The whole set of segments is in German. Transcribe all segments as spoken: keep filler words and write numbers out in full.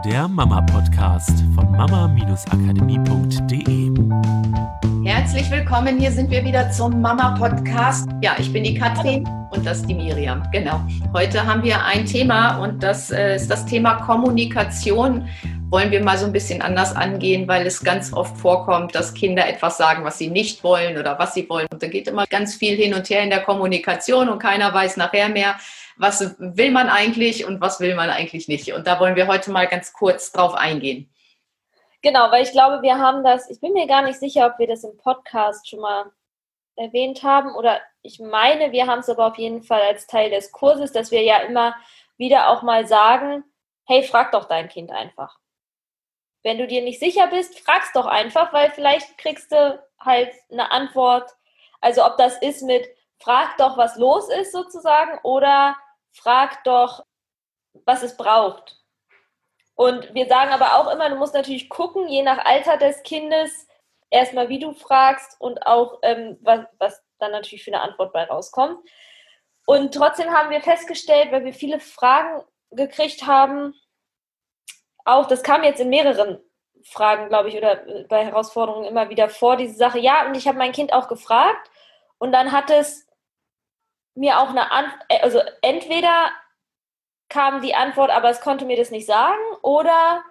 der Mama-Podcast von mama-akademie punkt de. Herzlich willkommen, hier sind wir wieder zum Mama-Podcast. Ja, ich bin die Katrin und das ist die Miriam, genau. Heute haben wir ein Thema und das äh, ist das Thema Kommunikation. Wollen wir mal so ein bisschen anders angehen, weil es ganz oft vorkommt, dass Kinder etwas sagen, was sie nicht wollen oder was sie wollen. Und da geht immer ganz viel hin und her in der Kommunikation und keiner weiß nachher mehr, was will man eigentlich und was will man eigentlich nicht. Und da wollen wir heute mal ganz kurz drauf eingehen. Genau, weil ich glaube, wir haben das, ich bin mir gar nicht sicher, ob wir das im Podcast schon mal erwähnt haben oder ich meine, wir haben es aber auf jeden Fall als Teil des Kurses, dass wir ja immer wieder auch mal sagen, hey, frag doch dein Kind einfach. Wenn du dir nicht sicher bist, frag's doch einfach, weil vielleicht kriegst du halt eine Antwort. Also ob das ist mit, frag doch, was los ist sozusagen oder frag doch, was es braucht. Und wir sagen aber auch immer, du musst natürlich gucken, je nach Alter des Kindes, erstmal wie du fragst und auch, ähm, was, was dann natürlich für eine Antwort bei rauskommt. Und trotzdem haben wir festgestellt, weil wir viele Fragen gekriegt haben, auch, das kam jetzt in mehreren Fragen, glaube ich, oder bei Herausforderungen immer wieder vor, diese Sache, ja, und ich habe mein Kind auch gefragt und dann hat es mir auch eine Antwort, also entweder kam die Antwort, aber es konnte mir das nicht sagen oder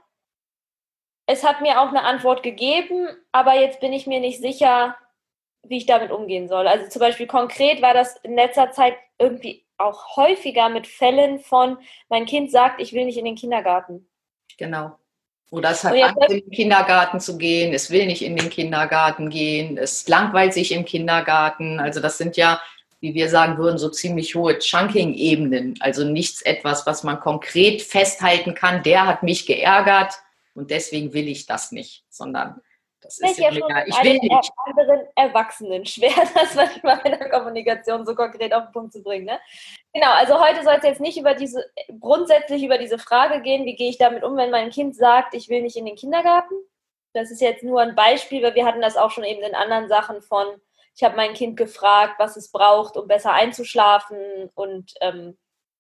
es hat mir auch eine Antwort gegeben, aber jetzt bin ich mir nicht sicher, wie ich damit umgehen soll. Also zum Beispiel konkret war das in letzter Zeit irgendwie auch häufiger mit Fällen von, mein Kind sagt, ich will nicht in den Kindergarten. Genau. Oder es hat Angst, in den Kindergarten zu gehen, es will nicht in den Kindergarten gehen, es langweilt sich im Kindergarten. Also das sind ja, wie wir sagen würden, so ziemlich hohe Chunking-Ebenen. Also nichts etwas, was man konkret festhalten kann, der hat mich geärgert und deswegen will ich das nicht, sondern das ist ja, ja mehr, ich will nicht. Anderen Erwachsenen schwer, das manchmal in der Kommunikation so konkret auf den Punkt zu bringen. Ne? Genau, also heute soll es jetzt nicht über diese, grundsätzlich über diese Frage gehen, wie gehe ich damit um, wenn mein Kind sagt, ich will nicht in den Kindergarten. Das ist jetzt nur ein Beispiel, weil wir hatten das auch schon eben in anderen Sachen von, ich habe mein Kind gefragt, was es braucht, um besser einzuschlafen und ähm,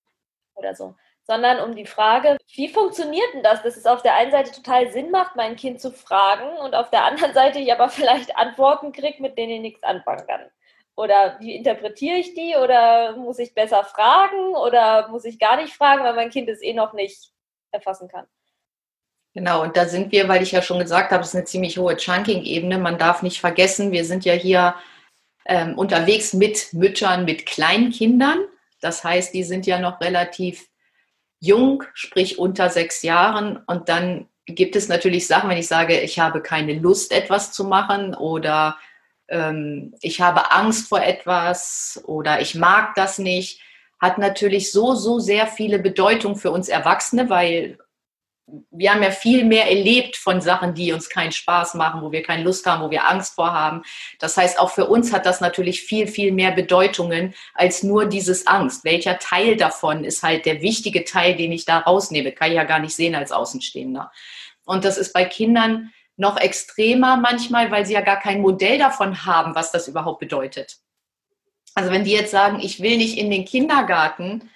oder so. Sondern um die Frage, wie funktioniert denn das, dass es auf der einen Seite total Sinn macht, mein Kind zu fragen und auf der anderen Seite ich aber vielleicht Antworten kriege, mit denen ich nichts anfangen kann. Oder wie interpretiere ich die? Oder muss ich besser fragen? Oder muss ich gar nicht fragen, weil mein Kind es eh noch nicht erfassen kann? Genau, und da sind wir, weil ich ja schon gesagt habe, es ist eine ziemlich hohe Chunking-Ebene. Man darf nicht vergessen, wir sind ja hier ähm, unterwegs mit Müttern, mit Kleinkindern. Das heißt, die sind ja noch relativ jung, sprich unter sechs Jahren. Und dann gibt es natürlich Sachen, wenn ich sage, ich habe keine Lust, etwas zu machen oder ähm, ich habe Angst vor etwas oder ich mag das nicht, hat natürlich so, so sehr viele Bedeutung für uns Erwachsene, weil wir haben ja viel mehr erlebt von Sachen, die uns keinen Spaß machen, wo wir keine Lust haben, wo wir Angst vor haben. Das heißt, auch für uns hat das natürlich viel, viel mehr Bedeutungen als nur dieses Angst. Welcher Teil davon ist halt der wichtige Teil, den ich da rausnehme? Kann ich ja gar nicht sehen als Außenstehender. Und das ist bei Kindern noch extremer manchmal, weil sie ja gar kein Modell davon haben, was das überhaupt bedeutet. Also wenn die jetzt sagen, ich will nicht in den Kindergarten,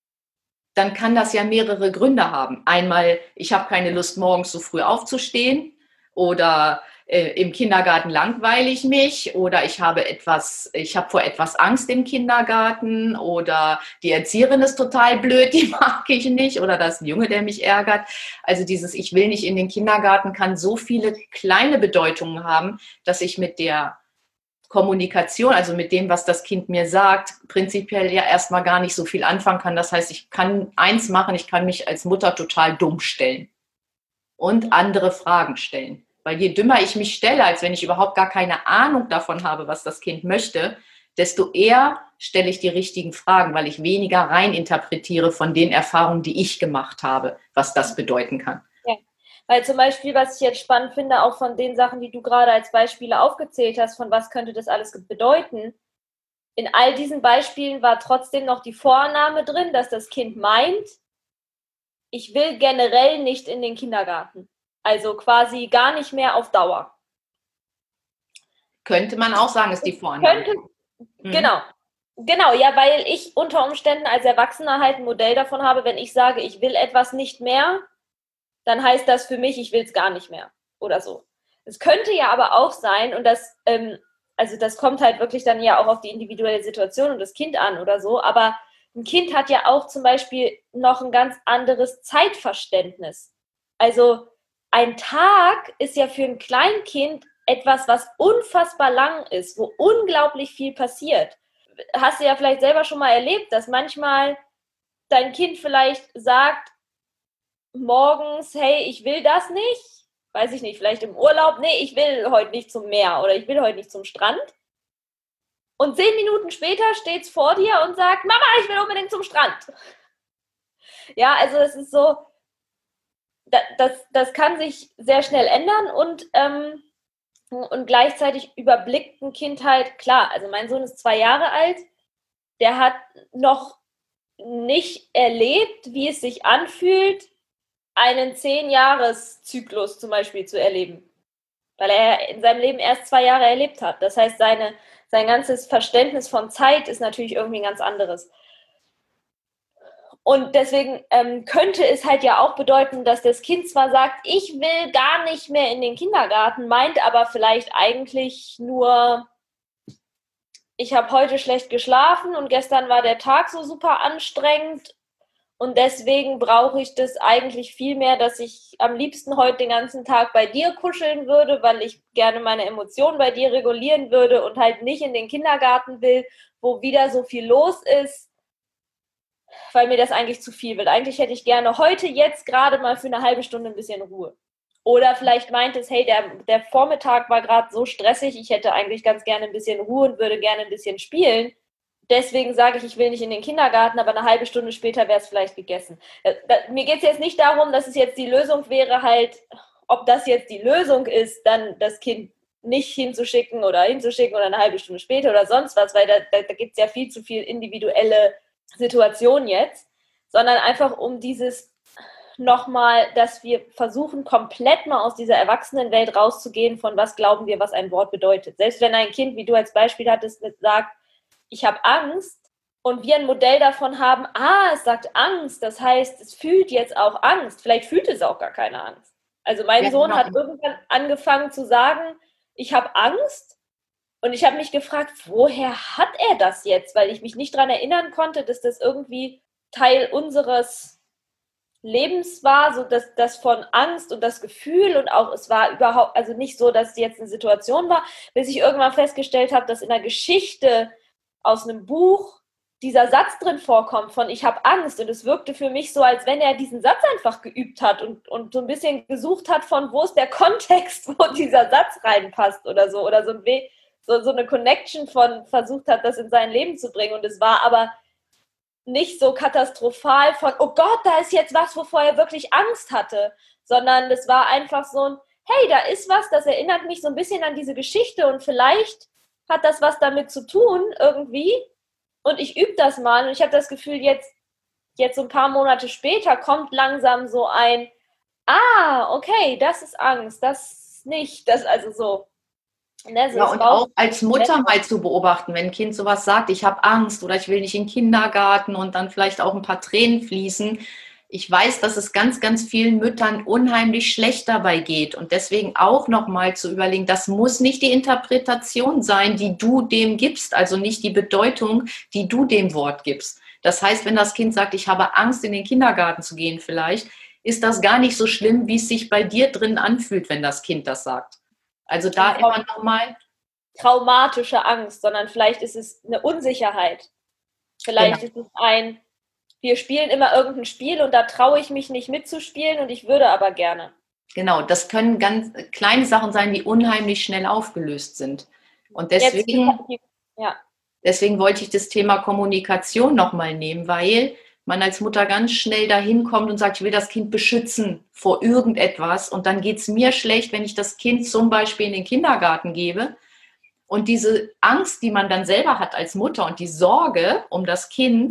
dann kann das ja mehrere Gründe haben. Einmal, ich habe keine Lust, morgens so früh aufzustehen oder äh, im Kindergarten langweile ich mich oder ich habe etwas, ich habe vor etwas Angst im Kindergarten oder die Erzieherin ist total blöd, die mag ich nicht oder das ist ein Junge, der mich ärgert. Also dieses Ich will nicht in den Kindergarten kann so viele kleine Bedeutungen haben, dass ich mit der Kommunikation, also mit dem, was das Kind mir sagt, prinzipiell ja erstmal gar nicht so viel anfangen kann. Das heißt, ich kann eins machen, ich kann mich als Mutter total dumm stellen und andere Fragen stellen. Weil je dümmer ich mich stelle, als wenn ich überhaupt gar keine Ahnung davon habe, was das Kind möchte, desto eher stelle ich die richtigen Fragen, weil ich weniger reininterpretiere von den Erfahrungen, die ich gemacht habe, was das bedeuten kann. Weil zum Beispiel, was ich jetzt spannend finde, auch von den Sachen, die du gerade als Beispiele aufgezählt hast, von was könnte das alles bedeuten, in all diesen Beispielen war trotzdem noch die Vorannahme drin, dass das Kind meint, ich will generell nicht in den Kindergarten. Also quasi gar nicht mehr auf Dauer. Könnte man auch sagen, ist die Vorannahme. Könnte, mhm. Genau. Genau, ja, weil ich unter Umständen als Erwachsener halt ein Modell davon habe, wenn ich sage, ich will etwas nicht mehr, dann heißt das für mich, ich will es gar nicht mehr oder so. Es könnte ja aber auch sein, und das, ähm, also das kommt halt wirklich dann ja auch auf die individuelle Situation und das Kind an oder so, aber ein Kind hat ja auch zum Beispiel noch ein ganz anderes Zeitverständnis. Also ein Tag ist ja für ein Kleinkind etwas, was unfassbar lang ist, wo unglaublich viel passiert. Hast du ja vielleicht selber schon mal erlebt, dass manchmal dein Kind vielleicht sagt morgens, hey, ich will das nicht, weiß ich nicht, vielleicht im Urlaub, nee, ich will heute nicht zum Meer oder ich will heute nicht zum Strand. Und zehn Minuten später steht es vor dir und sagt, Mama, ich will unbedingt zum Strand. Ja, also es ist so, das, das kann sich sehr schnell ändern und, ähm, und gleichzeitig überblickt ein Kind halt, klar, also mein Sohn ist zwei Jahre alt, der hat noch nicht erlebt, wie es sich anfühlt, einen zehn-Jahres-Zyklus zum Beispiel zu erleben, weil er in seinem Leben erst zwei Jahre erlebt hat. Das heißt, seine, sein ganzes Verständnis von Zeit ist natürlich irgendwie ein ganz anderes. Und deswegen ähm, könnte es halt ja auch bedeuten, dass das Kind zwar sagt, ich will gar nicht mehr in den Kindergarten, meint aber vielleicht eigentlich nur, ich habe heute schlecht geschlafen und gestern war der Tag so super anstrengend und deswegen brauche ich das eigentlich viel mehr, dass ich am liebsten heute den ganzen Tag bei dir kuscheln würde, weil ich gerne meine Emotionen bei dir regulieren würde und halt nicht in den Kindergarten will, wo wieder so viel los ist, weil mir das eigentlich zu viel wird. Eigentlich hätte ich gerne heute, jetzt gerade mal für eine halbe Stunde ein bisschen Ruhe. Oder vielleicht meint es, hey, der, der Vormittag war gerade so stressig, ich hätte eigentlich ganz gerne ein bisschen Ruhe und würde gerne ein bisschen spielen. Deswegen sage ich, ich will nicht in den Kindergarten, aber eine halbe Stunde später wäre es vielleicht gegessen. Mir geht es jetzt nicht darum, dass es jetzt die Lösung wäre, halt, ob das jetzt die Lösung ist, dann das Kind nicht hinzuschicken oder hinzuschicken oder eine halbe Stunde später oder sonst was, weil da, da, da gibt es ja viel zu viel individuelle Situationen jetzt, sondern einfach um dieses nochmal, dass wir versuchen, komplett mal aus dieser Erwachsenenwelt rauszugehen, von was glauben wir, was ein Wort bedeutet. Selbst wenn ein Kind, wie du als Beispiel hattest, sagt, ich habe Angst und wir ein Modell davon haben, ah, es sagt Angst, das heißt, es fühlt jetzt auch Angst. Vielleicht fühlt es auch gar keine Angst. Also mein ja, Sohn genau. hat irgendwann angefangen zu sagen, ich habe Angst und ich habe mich gefragt, woher hat er das jetzt? Weil ich mich nicht daran erinnern konnte, dass das irgendwie Teil unseres Lebens war, so dass das von Angst und das Gefühl und auch es war überhaupt, also nicht so, dass es jetzt eine Situation war, bis ich irgendwann festgestellt habe, dass in der Geschichte aus einem Buch dieser Satz drin vorkommt von ich habe Angst und es wirkte für mich so, als wenn er diesen Satz einfach geübt hat und, und so ein bisschen gesucht hat von wo ist der Kontext, wo dieser Satz reinpasst oder so oder so, ein We- so, so eine Connection von versucht hat, das in sein Leben zu bringen und es war aber nicht so katastrophal von oh Gott, da ist jetzt was, wovor er wirklich Angst hatte, sondern es war einfach so ein hey, da ist was, das erinnert mich so ein bisschen an diese Geschichte und vielleicht hat das was damit zu tun irgendwie und ich übe das mal und ich habe das Gefühl, jetzt, jetzt so ein paar Monate später kommt langsam so ein ah, okay, das ist Angst, das nicht, das also so. Ne, so ja, und auch als Mutter mal zu beobachten, wenn ein Kind sowas sagt, ich habe Angst oder ich will nicht in den Kindergarten und dann vielleicht auch ein paar Tränen fließen. Ich weiß, dass es ganz, ganz vielen Müttern unheimlich schlecht dabei geht und deswegen auch nochmal zu überlegen, das muss nicht die Interpretation sein, die du dem gibst, also nicht die Bedeutung, die du dem Wort gibst. Das heißt, wenn das Kind sagt, ich habe Angst, in den Kindergarten zu gehen vielleicht, ist das gar nicht so schlimm, wie es sich bei dir drin anfühlt, wenn das Kind das sagt. Also da immer nochmal traumatische Angst, sondern vielleicht ist es eine Unsicherheit. Vielleicht genau. ist es ein wir spielen immer irgendein Spiel und da traue ich mich nicht mitzuspielen und ich würde aber gerne. Genau, das können ganz kleine Sachen sein, die unheimlich schnell aufgelöst sind. Und deswegen, Jetzt, ja. deswegen wollte ich das Thema Kommunikation nochmal nehmen, weil man als Mutter ganz schnell dahin kommt und sagt, ich will das Kind beschützen vor irgendetwas und dann geht es mir schlecht, wenn ich das Kind zum Beispiel in den Kindergarten gebe. Und diese Angst, die man dann selber hat als Mutter und die Sorge um das Kind,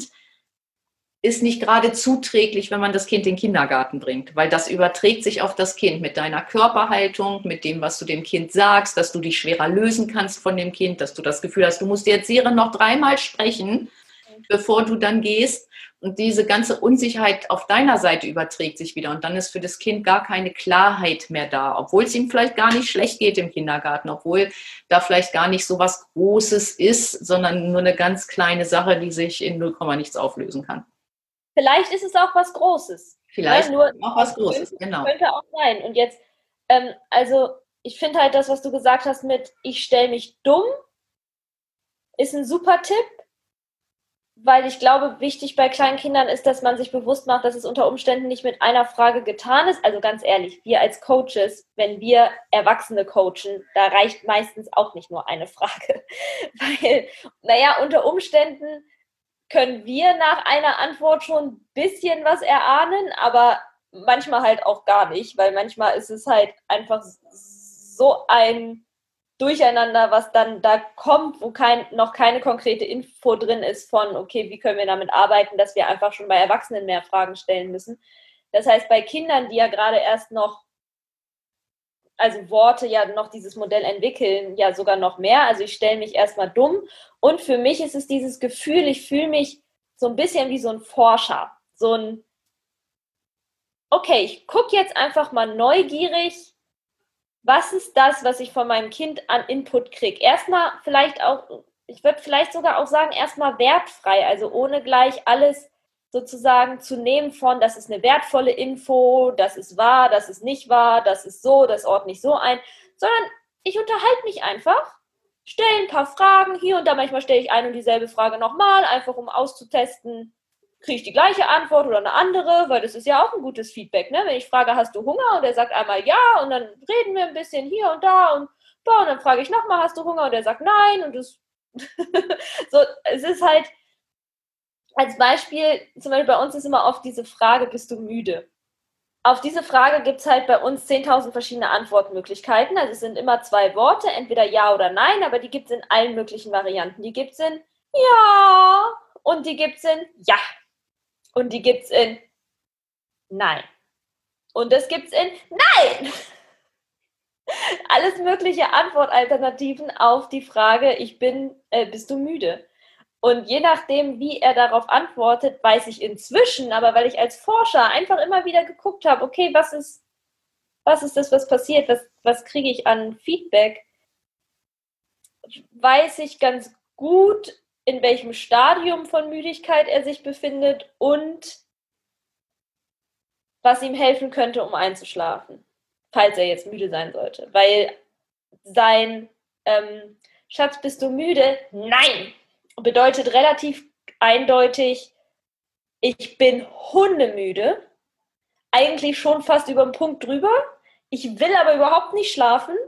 ist nicht gerade zuträglich, wenn man das Kind in den Kindergarten bringt, weil das überträgt sich auf das Kind mit deiner Körperhaltung, mit dem, was du dem Kind sagst, dass du dich schwerer lösen kannst von dem Kind, dass du das Gefühl hast, du musst die Erzieherin noch dreimal sprechen, bevor du dann gehst. Und diese ganze Unsicherheit auf deiner Seite überträgt sich wieder. Und dann ist für das Kind gar keine Klarheit mehr da, obwohl es ihm vielleicht gar nicht schlecht geht im Kindergarten, obwohl da vielleicht gar nicht so was Großes ist, sondern nur eine ganz kleine Sache, die sich in null Komma nichts auflösen kann. Vielleicht ist es auch was Großes. Vielleicht ne? Nur auch was Großes, könnte, genau. Könnte auch sein. Und jetzt, ähm, also ich finde halt das, was du gesagt hast mit ich stelle mich dumm, ist ein super Tipp, weil ich glaube, wichtig bei kleinen Kindern ist, dass man sich bewusst macht, dass es unter Umständen nicht mit einer Frage getan ist. Also ganz ehrlich, wir als Coaches, wenn wir Erwachsene coachen, da reicht meistens auch nicht nur eine Frage. Weil, naja, unter Umständen können wir nach einer Antwort schon ein bisschen was erahnen, aber manchmal halt auch gar nicht, weil manchmal ist es halt einfach so ein Durcheinander, was dann da kommt, wo kein, noch keine konkrete Info drin ist von, okay, wie können wir damit arbeiten, dass wir einfach schon bei Erwachsenen mehr Fragen stellen müssen. Das heißt, bei Kindern, die ja gerade erst noch, also Worte ja noch dieses Modell entwickeln, ja sogar noch mehr. Also ich stelle mich erstmal dumm. Und für mich ist es dieses Gefühl, ich fühle mich so ein bisschen wie so ein Forscher. So ein, okay, ich gucke jetzt einfach mal neugierig, was ist das, was ich von meinem Kind an Input kriege? Erstmal vielleicht auch, ich würde vielleicht sogar auch sagen, erstmal wertfrei, also ohne gleich alles sozusagen zu nehmen von, das ist eine wertvolle Info, das ist wahr, das ist nicht wahr, das ist so, das ordne ich so ein, sondern ich unterhalte mich einfach, stelle ein paar Fragen hier und da, manchmal stelle ich eine und dieselbe Frage nochmal, einfach um auszutesten, kriege ich die gleiche Antwort oder eine andere, weil das ist ja auch ein gutes Feedback, ne? Wenn ich frage, hast du Hunger? Und er sagt einmal ja und dann reden wir ein bisschen hier und da und, boah, und dann frage ich nochmal, hast du Hunger? Und er sagt nein und das so, es ist halt als Beispiel, zum Beispiel bei uns ist immer oft diese Frage, bist du müde? Auf diese Frage gibt es halt bei uns zehntausend verschiedene Antwortmöglichkeiten, also es sind immer zwei Worte, entweder ja oder nein, aber die gibt es in allen möglichen Varianten. Die gibt es in ja und die gibt es in ja. Und die gibt es in Nein. Und das gibt es in Nein. Alles mögliche Antwortalternativen auf die Frage, ich bin, äh, bist du müde? Und je nachdem, wie er darauf antwortet, weiß ich inzwischen, aber weil ich als Forscher einfach immer wieder geguckt habe, okay, was ist, was ist das, was passiert? Was, was kriege ich an Feedback? Weiß ich ganz gut, in welchem Stadium von Müdigkeit er sich befindet und was ihm helfen könnte, um einzuschlafen, falls er jetzt müde sein sollte. Weil sein ähm, Schatz, bist du müde? Nein! Bedeutet relativ eindeutig, ich bin hundemüde, eigentlich schon fast über den Punkt drüber, ich will aber überhaupt nicht schlafen,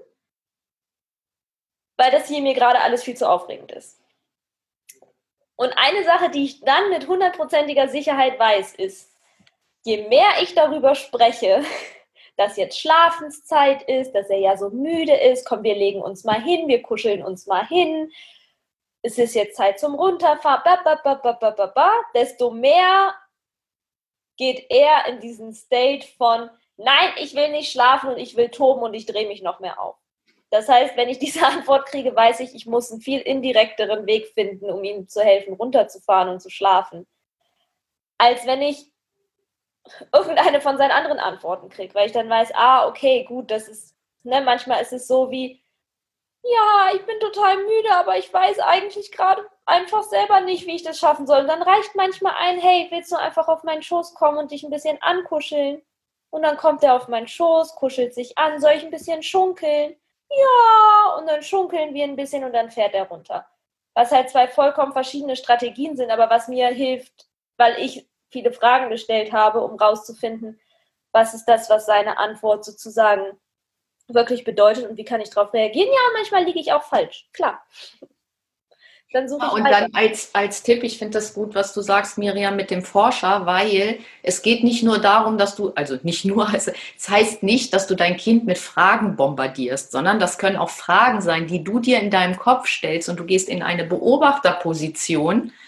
weil das hier mir gerade alles viel zu aufregend ist. Und eine Sache, die ich dann mit hundertprozentiger Sicherheit weiß, ist, je mehr ich darüber spreche, dass jetzt Schlafenszeit ist, dass er ja so müde ist, komm, wir legen uns mal hin, wir kuscheln uns mal hin, es ist jetzt Zeit zum Runterfahren, ba, ba, ba, ba, ba, ba, ba, desto mehr geht er in diesen State von, nein, ich will nicht schlafen und ich will toben und ich drehe mich noch mehr auf. Das heißt, wenn ich diese Antwort kriege, weiß ich, ich muss einen viel indirekteren Weg finden, um ihm zu helfen, runterzufahren und zu schlafen, als wenn ich irgendeine von seinen anderen Antworten kriege, weil ich dann weiß, ah, okay, gut, das ist, ne, manchmal ist es so wie, ja, ich bin total müde, aber ich weiß eigentlich gerade einfach selber nicht, wie ich das schaffen soll. Und dann reicht manchmal ein, hey, willst du einfach auf meinen Schoß kommen und dich ein bisschen ankuscheln? Und dann kommt er auf meinen Schoß, kuschelt sich an, soll ich ein bisschen schunkeln? Ja, und dann schunkeln wir ein bisschen und dann fährt er runter. Was halt zwei vollkommen verschiedene Strategien sind, aber was mir hilft, weil ich viele Fragen gestellt habe, um rauszufinden, was ist das, was seine Antwort sozusagen wirklich bedeutet und wie kann ich darauf reagieren. Ja, manchmal liege ich auch falsch, klar. Dann suche ich und halt dann als, als Tipp, ich finde das gut, was du sagst, Miriam, mit dem Forscher, weil es geht nicht nur darum, dass du, also nicht nur, also es heißt nicht, dass du dein Kind mit Fragen bombardierst, sondern das können auch Fragen sein, die du dir in deinem Kopf stellst und du gehst in eine Beobachterposition,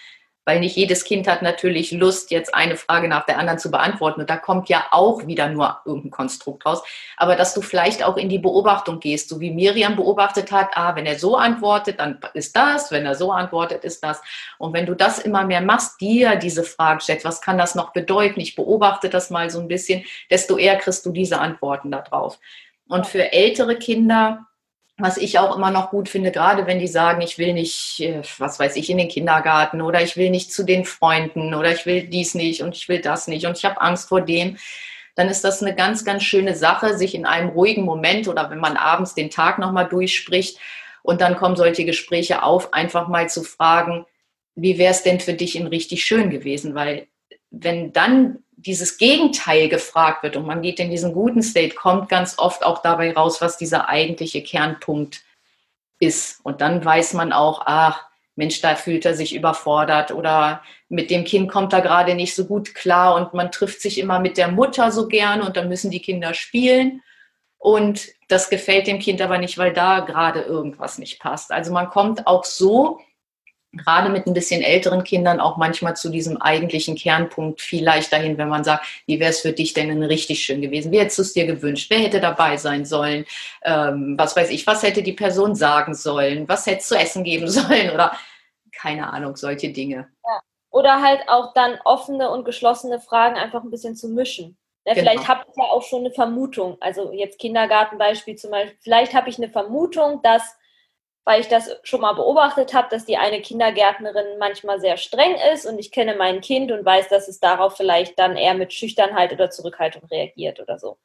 weil nicht jedes Kind hat natürlich Lust, jetzt eine Frage nach der anderen zu beantworten. Und da kommt ja auch wieder nur irgendein Konstrukt raus. Aber dass du vielleicht auch in die Beobachtung gehst, so wie Miriam beobachtet hat, ah, wenn er so antwortet, dann ist das, wenn er so antwortet, ist das. Und wenn du das immer mehr machst, dir diese Frage stellst, was kann das noch bedeuten? Ich beobachte das mal so ein bisschen, desto eher kriegst du diese Antworten darauf. Und für ältere Kinder, was ich auch immer noch gut finde, gerade wenn die sagen, ich will nicht, was weiß ich, in den Kindergarten oder ich will nicht zu den Freunden oder ich will dies nicht und ich will das nicht und ich habe Angst vor dem, dann ist das eine ganz, ganz schöne Sache, sich in einem ruhigen Moment oder wenn man abends den Tag nochmal durchspricht und dann kommen solche Gespräche auf, einfach mal zu fragen, wie wäre es denn für dich in richtig schön gewesen? Weil wenn dann dieses Gegenteil gefragt wird und man geht in diesen guten State, kommt ganz oft auch dabei raus, was dieser eigentliche Kernpunkt ist. Und dann weiß man auch, ach, Mensch, da fühlt er sich überfordert oder mit dem Kind kommt er gerade nicht so gut klar und man trifft sich immer mit der Mutter so gern und dann müssen die Kinder spielen und das gefällt dem Kind aber nicht, weil da gerade irgendwas nicht passt. Also man kommt auch so gerade mit ein bisschen älteren Kindern auch manchmal zu diesem eigentlichen Kernpunkt viel leichter hin, wenn man sagt, wie wäre es für dich denn richtig schön gewesen? Wie hättest du es dir gewünscht? Wer hätte dabei sein sollen? Ähm, was weiß ich, was hätte die Person sagen sollen? Was hätte es zu essen geben sollen? Oder keine Ahnung, solche Dinge. Ja. Oder halt auch dann offene und geschlossene Fragen einfach ein bisschen zu mischen. Ja, Genau. Vielleicht habe ich ja auch schon eine Vermutung, also jetzt Kindergartenbeispiel zum Beispiel, vielleicht habe ich eine Vermutung, dass weil ich das schon mal beobachtet habe, dass die eine Kindergärtnerin manchmal sehr streng ist und ich kenne mein Kind und weiß, dass es darauf vielleicht dann eher mit Schüchternheit oder Zurückhaltung reagiert oder so.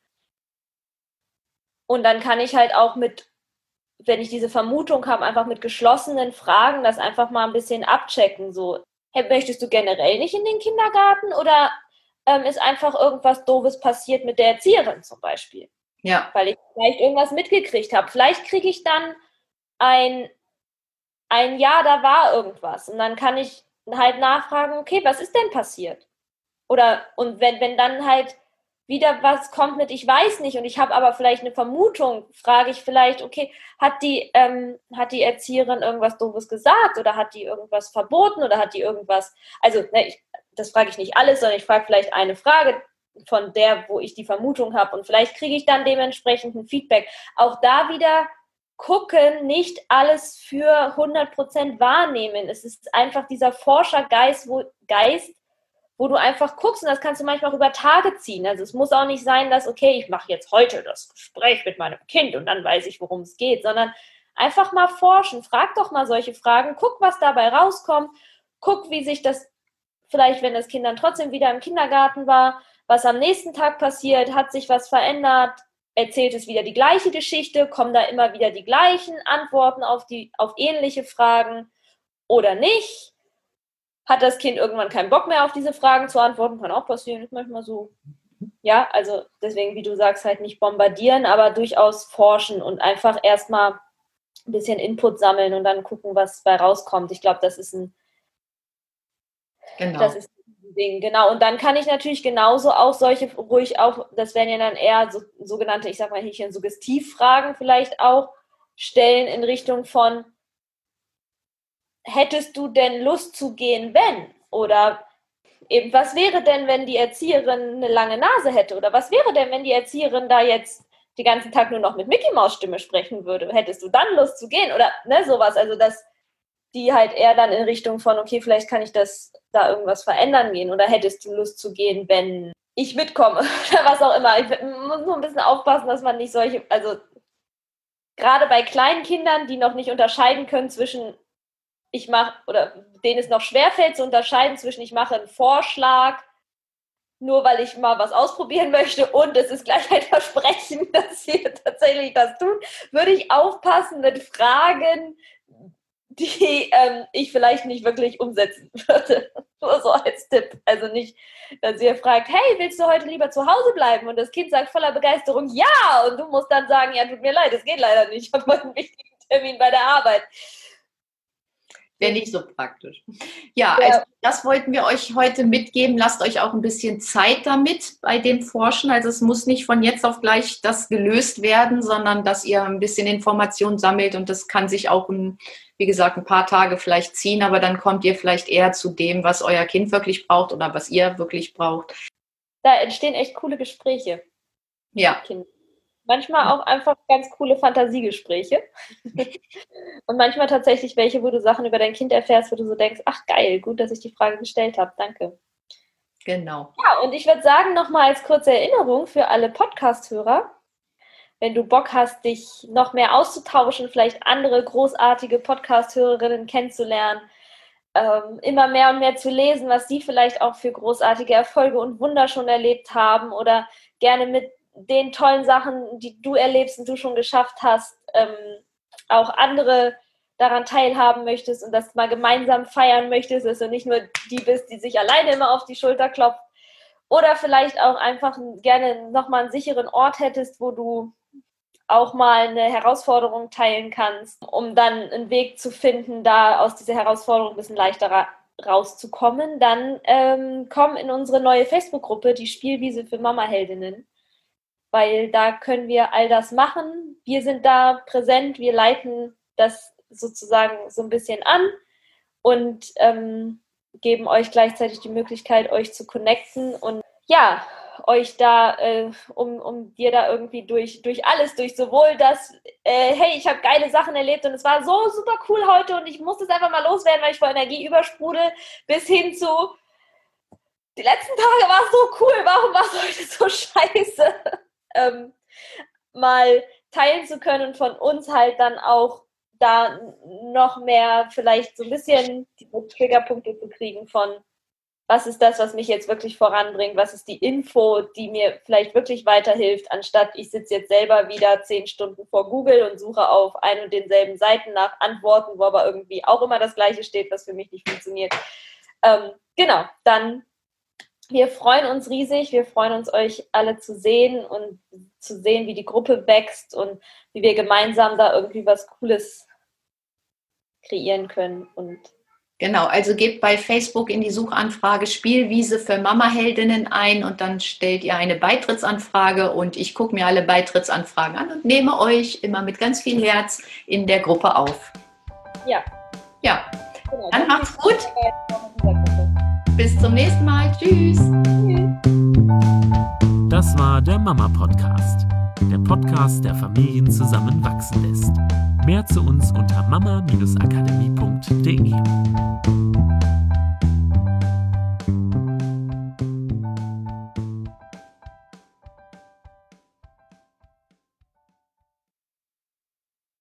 Und dann kann ich halt auch mit, wenn ich diese Vermutung habe, einfach mit geschlossenen Fragen das einfach mal ein bisschen abchecken. So, hey, möchtest du generell nicht in den Kindergarten oder ähm, ist einfach irgendwas Doofes passiert mit der Erzieherin zum Beispiel? Ja. Weil ich vielleicht irgendwas mitgekriegt habe. Vielleicht kriege ich dann ein, ein Ja, da war irgendwas. Und dann kann ich halt nachfragen, okay, was ist denn passiert? Oder, und wenn, wenn dann halt wieder was kommt mit, ich weiß nicht, und ich habe aber vielleicht eine Vermutung, frage ich vielleicht, okay, hat die, ähm, hat die Erzieherin irgendwas Doofes gesagt oder hat die irgendwas verboten oder hat die irgendwas, also ne, ich, das frage ich nicht alles, sondern ich frage vielleicht eine Frage von der, wo ich die Vermutung habe und vielleicht kriege ich dann dementsprechend ein Feedback. Auch da wieder gucken, nicht alles für hundert Prozent wahrnehmen. Es ist einfach dieser Forschergeist, wo, Geist, wo du einfach guckst und das kannst du manchmal auch über Tage ziehen. Also es muss auch nicht sein, dass, okay, ich mache jetzt heute das Gespräch mit meinem Kind und dann weiß ich, worum es geht, sondern einfach mal forschen. Frag doch mal solche Fragen, guck, was dabei rauskommt, guck, wie sich das vielleicht, wenn das Kind dann trotzdem wieder im Kindergarten war, was am nächsten Tag passiert, hat sich was verändert, erzählt es wieder die gleiche Geschichte, kommen da immer wieder die gleichen Antworten auf, die, auf ähnliche Fragen oder nicht? Hat das Kind irgendwann keinen Bock mehr auf diese Fragen zu antworten? Kann auch passieren, ist manchmal so. Ja, also deswegen, wie du sagst, halt nicht bombardieren, aber durchaus forschen und einfach erstmal ein bisschen Input sammeln und dann gucken, was bei rauskommt. Ich glaube, das ist ein Genau. Das ist ein Ding, genau. Und dann kann ich natürlich genauso auch solche, ruhig auch, das wären ja dann eher so, sogenannte, ich sag mal hier Suggestivfragen vielleicht auch, stellen in Richtung von, hättest du denn Lust zu gehen, wenn? Oder eben, was wäre denn, wenn die Erzieherin eine lange Nase hätte? Oder was wäre denn, wenn die Erzieherin da jetzt den ganzen Tag nur noch mit Mickey-Maus-Stimme sprechen würde? Hättest du dann Lust zu gehen? Oder ne, sowas. Also, dass die halt eher dann in Richtung von, okay, vielleicht kann ich das da irgendwas verändern gehen. Oder hättest du Lust zu gehen, wenn ich mitkomme? Oder was auch immer. Ich muss nur ein bisschen aufpassen, dass man nicht solche, also gerade bei kleinen Kindern, die noch nicht unterscheiden können zwischen ich mache, oder denen es noch schwerfällt zu unterscheiden zwischen ich mache einen Vorschlag, nur weil ich mal was ausprobieren möchte und es ist gleich ein Versprechen, dass sie tatsächlich das tun, würde ich aufpassen mit Fragen, die ähm, ich vielleicht nicht wirklich umsetzen würde. Nur so als Tipp. Also nicht, dass ihr fragt, hey, willst du heute lieber zu Hause bleiben? Und das Kind sagt voller Begeisterung, ja! Und du musst dann sagen, ja, tut mir leid, es geht leider nicht. Ich habe heute einen wichtigen Termin bei der Arbeit. Wäre nicht so praktisch. Ja, Ja. Also das wollten wir euch heute mitgeben. Lasst euch auch ein bisschen Zeit damit bei dem Forschen. Also es muss nicht von jetzt auf gleich das gelöst werden, sondern dass ihr ein bisschen Informationen sammelt und das kann sich auch ein wie gesagt, ein paar Tage vielleicht ziehen, aber dann kommt ihr vielleicht eher zu dem, was euer Kind wirklich braucht oder was ihr wirklich braucht. Da entstehen echt coole Gespräche. Ja. Manchmal auch einfach ganz coole Fantasiegespräche. Und manchmal tatsächlich welche, wo du Sachen über dein Kind erfährst, wo du so denkst, ach geil, gut, dass ich die Frage gestellt habe. Danke. Genau. Ja, und ich würde sagen, nochmal als kurze Erinnerung für alle Podcast-Hörer, wenn du Bock hast, dich noch mehr auszutauschen, vielleicht andere großartige Podcast-Hörerinnen kennenzulernen, ähm, immer mehr und mehr zu lesen, was sie vielleicht auch für großartige Erfolge und Wunder schon erlebt haben oder gerne mit den tollen Sachen, die du erlebst und du schon geschafft hast, ähm, auch andere daran teilhaben möchtest und das mal gemeinsam feiern möchtest, dass du nicht nur die bist, die sich alleine immer auf die Schulter klopft oder vielleicht auch einfach gerne nochmal einen sicheren Ort hättest, wo du auch mal eine Herausforderung teilen kannst, um dann einen Weg zu finden, da aus dieser Herausforderung ein bisschen leichter ra- rauszukommen, dann ähm, komm in unsere neue Facebook-Gruppe, die Spielwiese für Mama-Heldinnen, weil da können wir all das machen. Wir sind da präsent, wir leiten das sozusagen so ein bisschen an und ähm, geben euch gleichzeitig die Möglichkeit, euch zu connecten und ja, euch da, äh, um, um dir da irgendwie durch, durch alles, durch sowohl das, äh, hey, ich habe geile Sachen erlebt und es war so super cool heute und ich muss das einfach mal loswerden, weil ich vor Energie übersprudel, bis hin zu, die letzten Tage war es so cool, warum war es heute so scheiße? ähm, mal teilen zu können und von uns halt dann auch da noch mehr vielleicht so ein bisschen die Triggerpunkte zu kriegen von, was ist das, was mich jetzt wirklich voranbringt, was ist die Info, die mir vielleicht wirklich weiterhilft, anstatt ich sitze jetzt selber wieder zehn Stunden vor Google und suche auf ein und denselben Seiten nach Antworten, wo aber irgendwie auch immer das Gleiche steht, was für mich nicht funktioniert. Ähm, genau, dann wir freuen uns riesig, wir freuen uns, euch alle zu sehen und zu sehen, wie die Gruppe wächst und wie wir gemeinsam da irgendwie was Cooles kreieren können. Und genau, also gebt bei Facebook in die Suchanfrage Spielwiese für Mama-Heldinnen ein und dann stellt ihr eine Beitrittsanfrage und ich gucke mir alle Beitrittsanfragen an und nehme euch immer mit ganz viel Herz in der Gruppe auf. Ja. Ja, genau, dann macht's gut. gut. Bis zum nächsten Mal. Tschüss. Das war der Mama-Podcast. Der Podcast, der Familien zusammenwachsen lässt. Mehr zu uns unter mama Bindestrich akademie Punkt de.